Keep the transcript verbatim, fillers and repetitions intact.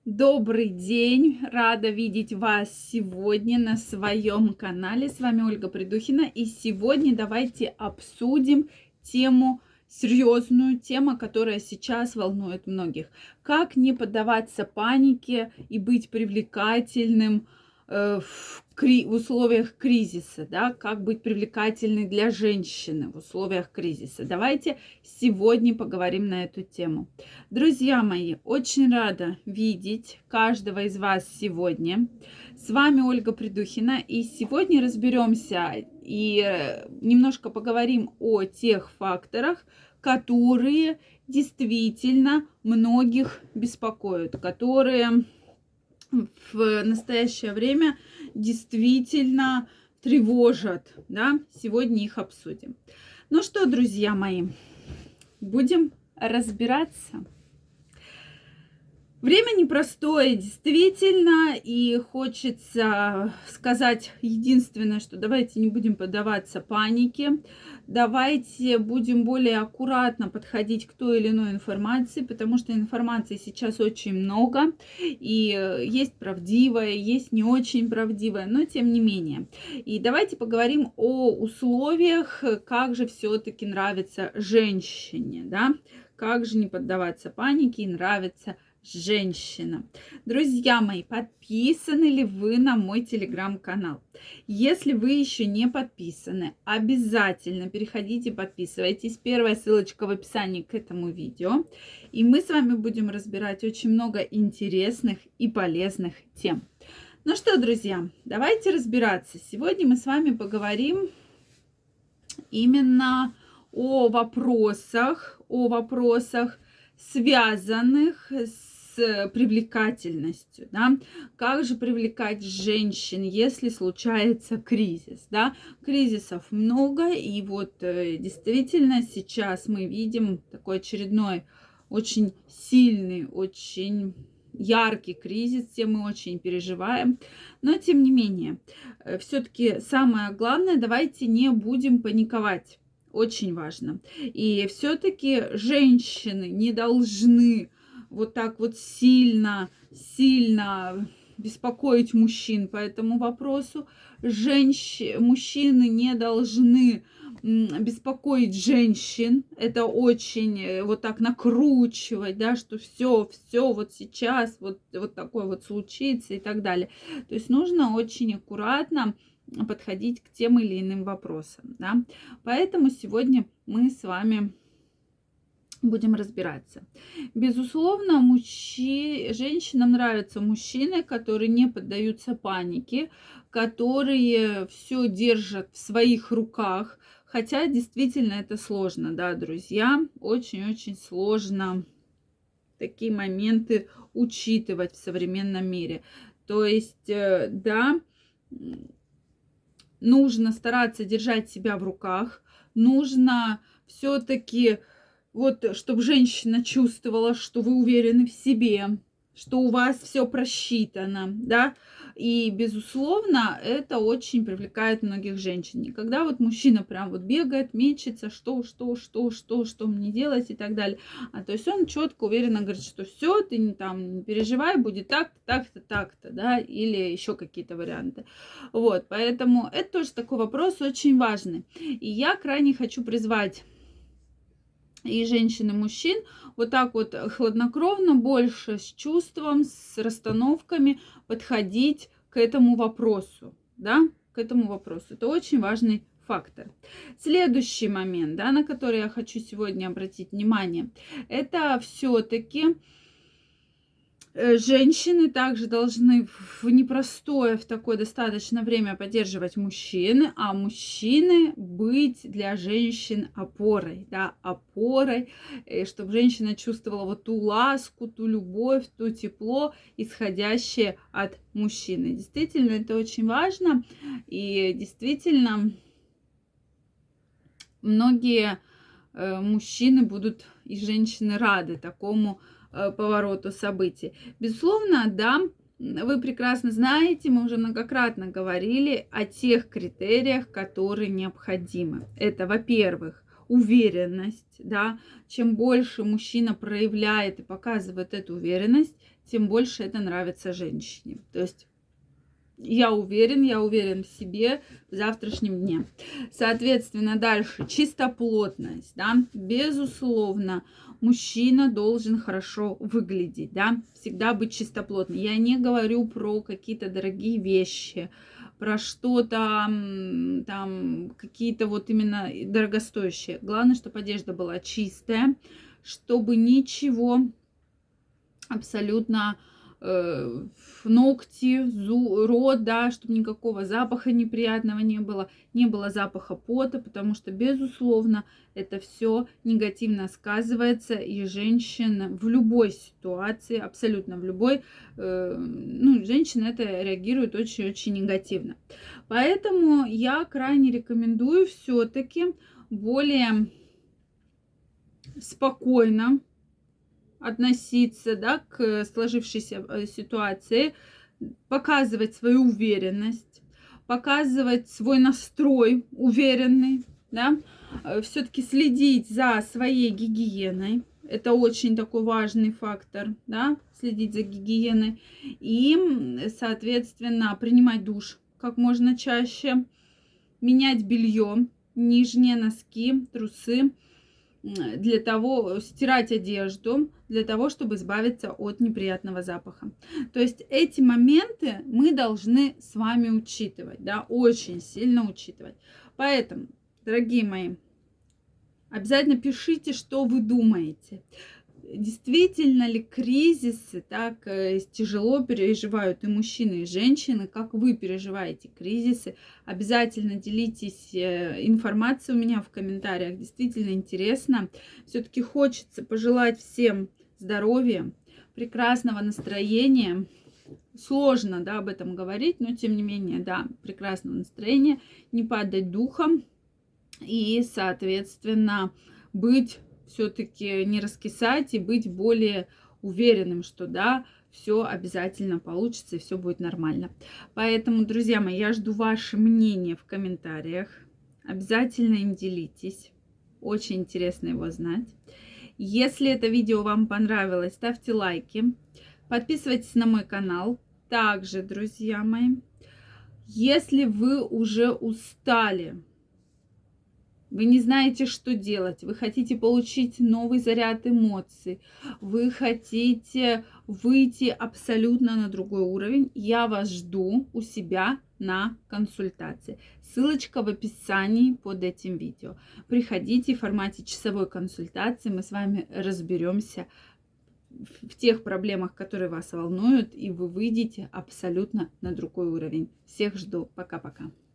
Добрый день! Рада видеть вас сегодня на своем канале. С вами Ольга Придухина. И сегодня давайте обсудим тему, серьезную тему, которая сейчас волнует многих. Как не поддаваться панике и быть привлекательным э, в, кри- в условиях кризиса, да? Как быть привлекательной для женщины в условиях кризиса. Давайте сегодня поговорим на эту тему. Друзья мои, очень рада видеть каждого из вас сегодня. С вами Ольга Придухина, и сегодня разберемся и немножко поговорим о тех факторах, которые действительно многих беспокоят, которые в настоящее время действительно тревожат. Да? Сегодня их обсудим. Ну что, друзья мои, будем разбираться. Время непростое, действительно, и хочется сказать единственное, что давайте не будем поддаваться панике, давайте будем более аккуратно подходить к той или иной информации, потому что информации сейчас очень много, и есть правдивая, есть не очень правдивая, но тем не менее. И давайте поговорим о условиях, как же все-таки нравится женщине, да, как же не поддаваться панике и нравится женщина. Друзья мои, подписаны ли вы на мой телеграм-канал? Если вы еще не подписаны, обязательно переходите, подписывайтесь. Первая ссылочка в описании к этому видео. И мы с вами будем разбирать очень много интересных и полезных тем. Ну что, друзья, давайте разбираться. Сегодня мы с вами поговорим именно о вопросах, о вопросах, связанных с привлекательностью, да, как же привлекать женщин, если случается кризис, да, кризисов много, и вот э, действительно сейчас мы видим такой очередной очень сильный, очень яркий кризис, все мы очень переживаем, но тем не менее, э, все-таки самое главное, давайте не будем паниковать, очень важно, и все-таки женщины не должны вот так вот сильно, сильно беспокоить мужчин по этому вопросу. Женщ... Мужчины не должны беспокоить женщин. Это очень вот так накручивать, да, что все, все вот сейчас вот, вот такое вот случится и так далее. То есть нужно очень аккуратно подходить к тем или иным вопросам, да. Поэтому сегодня мы с вами будем разбираться. Безусловно, мужчи... женщинам нравятся мужчины, которые не поддаются панике, которые все держат в своих руках. Хотя действительно это сложно, да, друзья, очень-очень сложно такие моменты учитывать в современном мире. То есть, да, нужно стараться держать себя в руках, нужно все-таки вот, чтобы женщина чувствовала, что вы уверены в себе, что у вас все просчитано, да, и, безусловно, это очень привлекает многих женщин. И когда вот мужчина прям вот бегает, мечется, что, что, что, что, что мне делать и так далее, а то есть он четко, уверенно говорит, что все, ты не там не переживай, будет так-то, так-то, так-то, да, или еще какие-то варианты. Вот, поэтому это тоже такой вопрос очень важный. И я крайне хочу призвать и женщин, и мужчин вот так вот хладнокровно, больше с чувством, с расстановками подходить к этому вопросу, да, к этому вопросу. Это очень важный фактор. Следующий момент, да, на который я хочу сегодня обратить внимание, это все-таки женщины также должны в непростое, в такое достаточно время поддерживать мужчины, а мужчины быть для женщин опорой, да, опорой, чтобы женщина чувствовала вот ту ласку, ту любовь, то тепло, исходящее от мужчины. Действительно, это очень важно, и действительно многие мужчины будут и женщины рады такому повороту событий. Безусловно, да, вы прекрасно знаете, мы уже многократно говорили о тех критериях, которые необходимы. Это, во-первых, уверенность, да, чем больше мужчина проявляет и показывает эту уверенность, тем больше это нравится женщине. То есть я уверен, я уверен в себе в завтрашнем дне. Соответственно, дальше чистоплотность, да, безусловно, мужчина должен хорошо выглядеть, да, всегда быть чистоплотным. Я не говорю про какие-то дорогие вещи, про что-то там, какие-то вот именно дорогостоящие. Главное, чтобы одежда была чистая, чтобы ничего абсолютно э, ногти, зу, рот, да, чтобы никакого запаха неприятного не было, не было запаха пота, потому что, безусловно, это все негативно сказывается, и женщина в любой ситуации, абсолютно в любой, э, ну, женщина это реагирует очень-очень негативно. Поэтому я крайне рекомендую все-таки более спокойно относиться, да, к сложившейся ситуации, показывать свою уверенность, показывать свой настрой уверенный, да, все-таки следить за своей гигиеной. Это очень такой важный фактор, да, следить за гигиеной. И, соответственно, принимать душ как можно чаще, менять белье, нижние носки, трусы, для того, стирать одежду, для того, чтобы избавиться от неприятного запаха. То есть эти моменты мы должны с вами учитывать, да, очень сильно учитывать. Поэтому, дорогие мои, обязательно пишите, что вы думаете. Действительно ли кризисы так э, тяжело переживают и мужчины, и женщины, как вы переживаете кризисы? Обязательно делитесь э, информацией у меня в комментариях. Действительно интересно. Все-таки хочется пожелать всем здоровья, прекрасного настроения. Сложно, да, об этом говорить, но тем не менее, да, прекрасного настроения, не падать духом и, соответственно, быть все-таки не раскисать и быть более уверенным, что да, все обязательно получится и все будет нормально. Поэтому, друзья мои, я жду ваше мнение в комментариях. Обязательно им делитесь. Очень интересно его знать. Если это видео вам понравилось, ставьте лайки. Подписывайтесь на мой канал. Также, друзья мои, если вы уже устали, вы не знаете, что делать, вы хотите получить новый заряд эмоций, вы хотите выйти абсолютно на другой уровень, я вас жду у себя на консультации. Ссылочка в описании под этим видео. Приходите в формате часовой консультации, мы с вами разберемся в тех проблемах, которые вас волнуют, и вы выйдете абсолютно на другой уровень. Всех жду. Пока-пока.